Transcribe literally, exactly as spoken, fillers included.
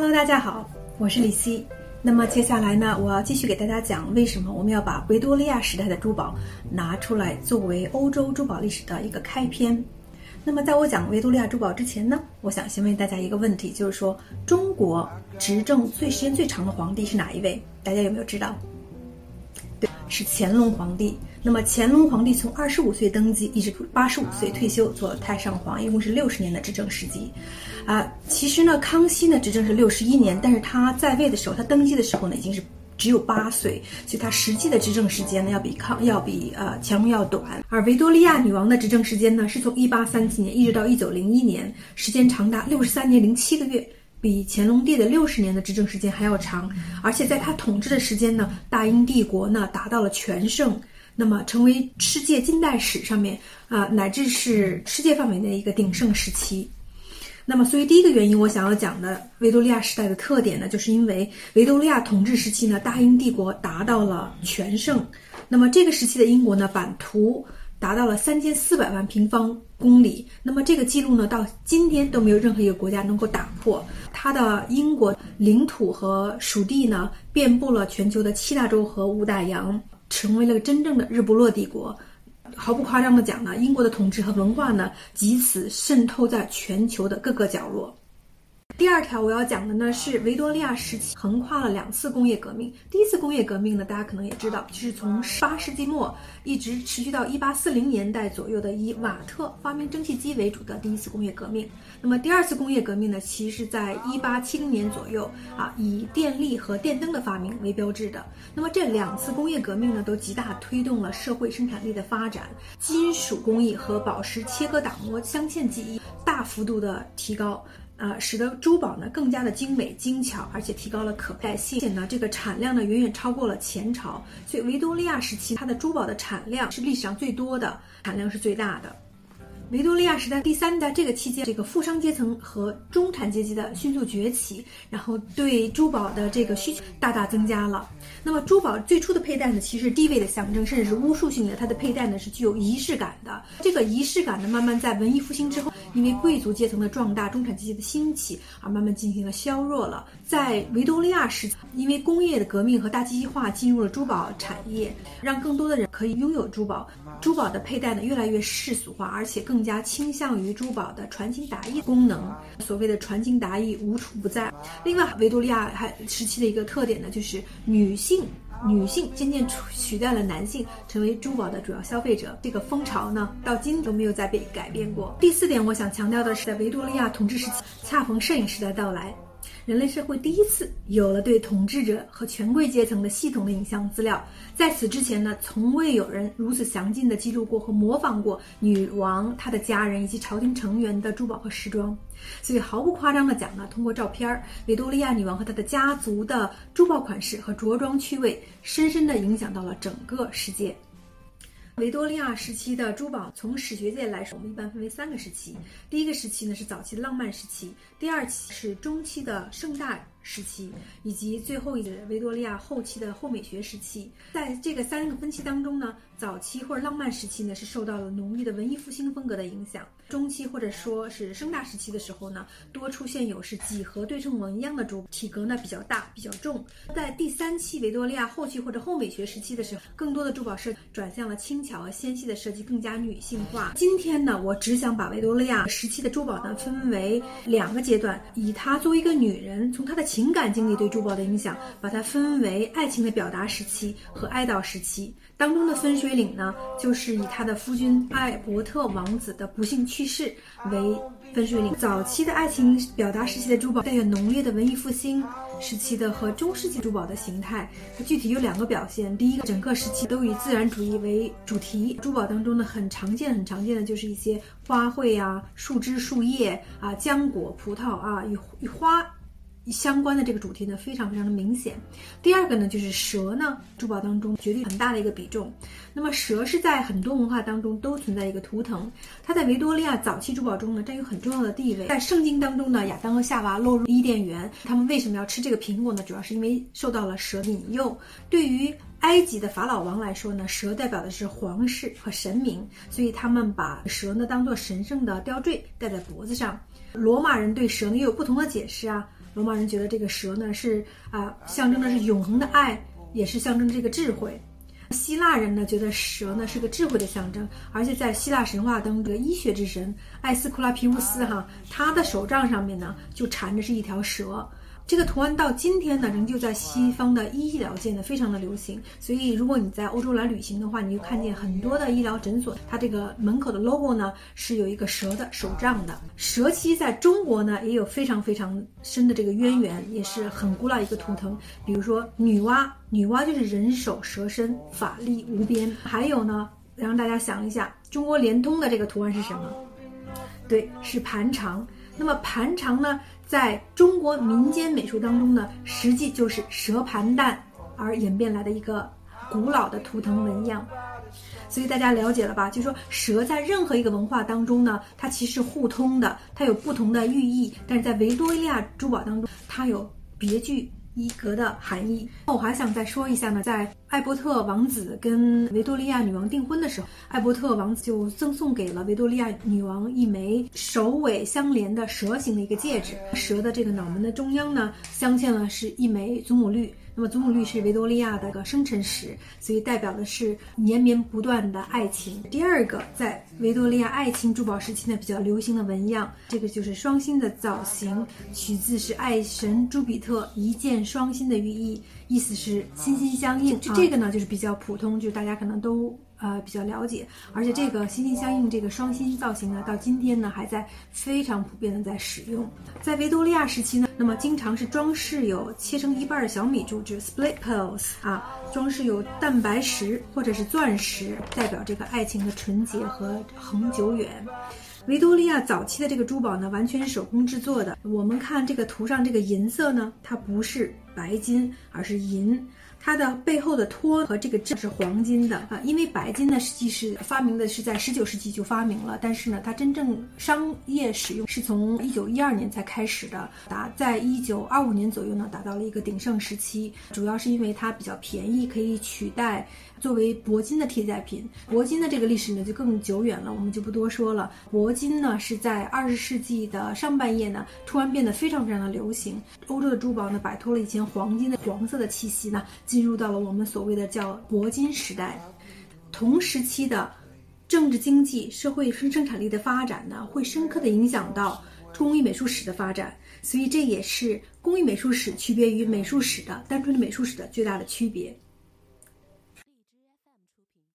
Hello， 大家好，我是李希。那么接下来呢，我要继续给大家讲为什么我们要把维多利亚时代的珠宝拿出来作为欧洲珠宝历史的一个开篇。那么在我讲维多利亚珠宝之前呢，我想先问大家一个问题，就是说中国执政最时间最长的皇帝是哪一位？大家有没有知道？对，是乾隆皇帝。那么乾隆皇帝从二十五岁登基，一直八十五岁退休做太上皇，一共是六十年的执政时期。啊，其实呢，康熙呢执政是六十一年，但是他在位的时候，他登基的时候呢已经是只有八岁，所以他实际的执政时间呢要比康要比呃乾隆要短。而维多利亚女王的执政时间呢是从一八三七年一直到一九零一年，时间长达六十三年零七个月。比乾隆帝的六十年的执政时间还要长，而且在他统治的时间呢，大英帝国呢达到了全盛，那么成为世界近代史上面啊、呃、乃至是世界范围内的一个鼎盛时期。那么，所以第一个原因，我想要讲的维多利亚时代的特点呢，就是因为维多利亚统治时期呢，大英帝国达到了全盛。那么这个时期的英国呢，版图达到了三千四百万平方公里。那么这个记录呢，到今天都没有任何一个国家能够打破。它的英国领土和属地呢，遍布了全球的七大洲和五大洋，成为了真正的日不落帝国。毫不夸张的讲呢，英国的统治和文化呢，藉此渗透在全球的各个角落。第二条我要讲的呢是维多利亚时期横跨了两次工业革命。第一次工业革命呢，大家可能也知道，就是从十八世纪末一直持续到一八四零年代左右的以瓦特发明蒸汽机为主的第一次工业革命。那么第二次工业革命呢，其实是在一八七零年左右啊，以电力和电灯的发明为标志的。那么这两次工业革命呢，都极大推动了社会生产力的发展，金属工艺和宝石切割打磨镶嵌技艺大幅度的提高。呃，使得珠宝呢更加的精美精巧，而且提高了可代性，而且呢这个产量呢远远超过了前朝，所以维多利亚时期它的珠宝的产量是历史上最多的，产量是最大的。维多利亚时代第三代这个期间，这个富商阶层和中产阶级的迅速崛起，然后对珠宝的这个需求大大增加了。那么珠宝最初的佩戴呢，其实是地位的象征，甚至是巫术性的，它的佩戴呢是具有仪式感的。这个仪式感呢，慢慢在文艺复兴之后，因为贵族阶层的壮大，中产阶级的兴起，而慢慢进行了削弱了。在维多利亚时期，因为工业的革命和大机械化进入了珠宝产业，让更多的人可以拥有珠宝，珠宝的佩戴呢越来越世俗化，而且更加倾向于珠宝的传情达意功能。所谓的传情达意无处不在。另外，维多利亚还时期的一个特点呢，就是女性女性渐渐取代了男性，成为珠宝的主要消费者。这个风潮呢，到今都没有再被改变过。第四点，我想强调的是，在维多利亚统治时期，恰逢摄影时代到来，人类社会第一次有了对统治者和权贵阶层的系统的影像资料。在此之前呢，从未有人如此详尽地记录过和模仿过女王、她的家人以及朝廷成员的珠宝和时装。所以毫不夸张地讲呢，通过照片，维多利亚女王和她的家族的珠宝款式和着装趣味，深深地影响到了整个世界。维多利亚时期的珠宝，从史学界来说，我们一般分为三个时期。第一个时期呢是早期的浪漫时期，第二期是中期的盛大时期，以及最后一个维多利亚后期的后美学时期。在这个三个分期当中呢，早期或者浪漫时期呢是受到了浓郁的文艺复兴风格的影响，中期或者说是盛大时期的时候呢，多出现有是几何对称纹一样的珠，体格呢比较大比较重。在第三期维多利亚后期或者后美学时期的时候，更多的珠宝设计转向了轻巧和纤细的设计，更加女性化。今天呢，我只想把维多利亚时期的珠宝呢分为两个阶段，以她作为一个女人，从她的情感经历对珠宝的影响，把它分为爱情的表达时期和哀悼时期。当中的分水岭呢，就是以他的夫君艾伯特王子的不幸去世为分水岭。早期的爱情表达时期的珠宝带有浓烈的文艺复兴时期的和中世纪珠宝的形态，它具体有两个表现。第一个，整个时期都以自然主义为主题，珠宝当中呢很常见很常见的就是一些花卉啊、树枝、树叶啊、浆果、葡萄啊，与与花相关的这个主题呢非常非常的明显。第二个呢，就是蛇呢，珠宝当中绝对很大的一个比重。那么蛇是在很多文化当中都存在一个图腾，它在维多利亚早期珠宝中呢占有很重要的地位。在圣经当中呢，亚当和夏娃落入伊甸园，他们为什么要吃这个苹果呢？主要是因为受到了蛇引诱。对于埃及的法老王来说呢，蛇代表的是皇室和神明，所以他们把蛇呢当作神圣的吊坠戴在脖子上。罗马人对蛇呢也有不同的解释啊。 罗马人觉得这个蛇呢是啊、呃、象征的是永恒的爱，也是象征这个智慧。希腊人呢觉得蛇呢是个智慧的象征，而且在希腊神话当中，这个医学之神艾斯库拉皮乌斯哈，他的手杖上面呢就缠着是一条蛇。这个图案到今天呢，仍旧在西方的医疗界呢非常的流行。所以如果你在欧洲来旅行的话，你就看见很多的医疗诊所，它这个门口的 logo 呢是有一个蛇的手杖的。蛇其实在中国呢也有非常非常深的这个渊源，也是很古老一个图腾。比如说女娲，女娲就是人手蛇身，法力无边。还有呢，让大家想一下，中国联通的这个图案是什么？对，是盘肠。那么盘肠呢，在中国民间美术当中呢，实际就是蛇盘蛋而演变来的一个古老的图腾纹样。所以大家了解了吧？就是说蛇在任何一个文化当中呢，它其实互通的，它有不同的寓意，但是在维多利亚珠宝当中，它有别具一格的含义。我还想再说一下呢，在艾伯特王子跟维多利亚女王订婚的时候，艾伯特王子就赠送给了维多利亚女王一枚首尾相连的蛇形的一个戒指，蛇的这个脑门的中央呢镶嵌了是一枚祖母绿。那么祖母绿是维多利亚的一个生辰石，所以代表的是绵绵不断的爱情。第二个在维多利亚爱情珠宝时期呢比较流行的纹样，这个就是双心的造型，取自是爱神朱比特一箭双心的寓意，意思是心心相印。这个呢就是比较普通，就是大家可能都呃比较了解，而且这个心心相印这个双心造型呢到今天呢还在非常普遍的在使用。在维多利亚时期呢，那么经常是装饰有切成一半的小米珠，就是 split pearls 啊，装饰有蛋白石或者是钻石，代表这个爱情的纯洁和恒久远。维多利亚早期的这个珠宝呢完全是手工制作的，我们看这个图上这个银色呢，它不是白金而是银，它的背后的托和这个针是黄金的啊，因为白金呢实际是发明的是在十九世纪就发明了，但是呢它真正商业使用是从一九一二年才开始的，达在一九二五年左右呢达到了一个鼎盛时期，主要是因为它比较便宜，可以取代作为铂金的替代品。铂金的这个历史呢就更久远了，我们就不多说了。铂金呢是在二十世纪的上半叶呢突然变得非常非常的流行，欧洲的珠宝呢摆脱了以前黄金的黄色的气息呢，进入到了我们所谓的叫铂金时代。同时期的政治经济社会生生产力的发展呢，会深刻的影响到工艺美术史的发展，所以这也是工艺美术史区别于美术史的单纯的美术史的最大的区别。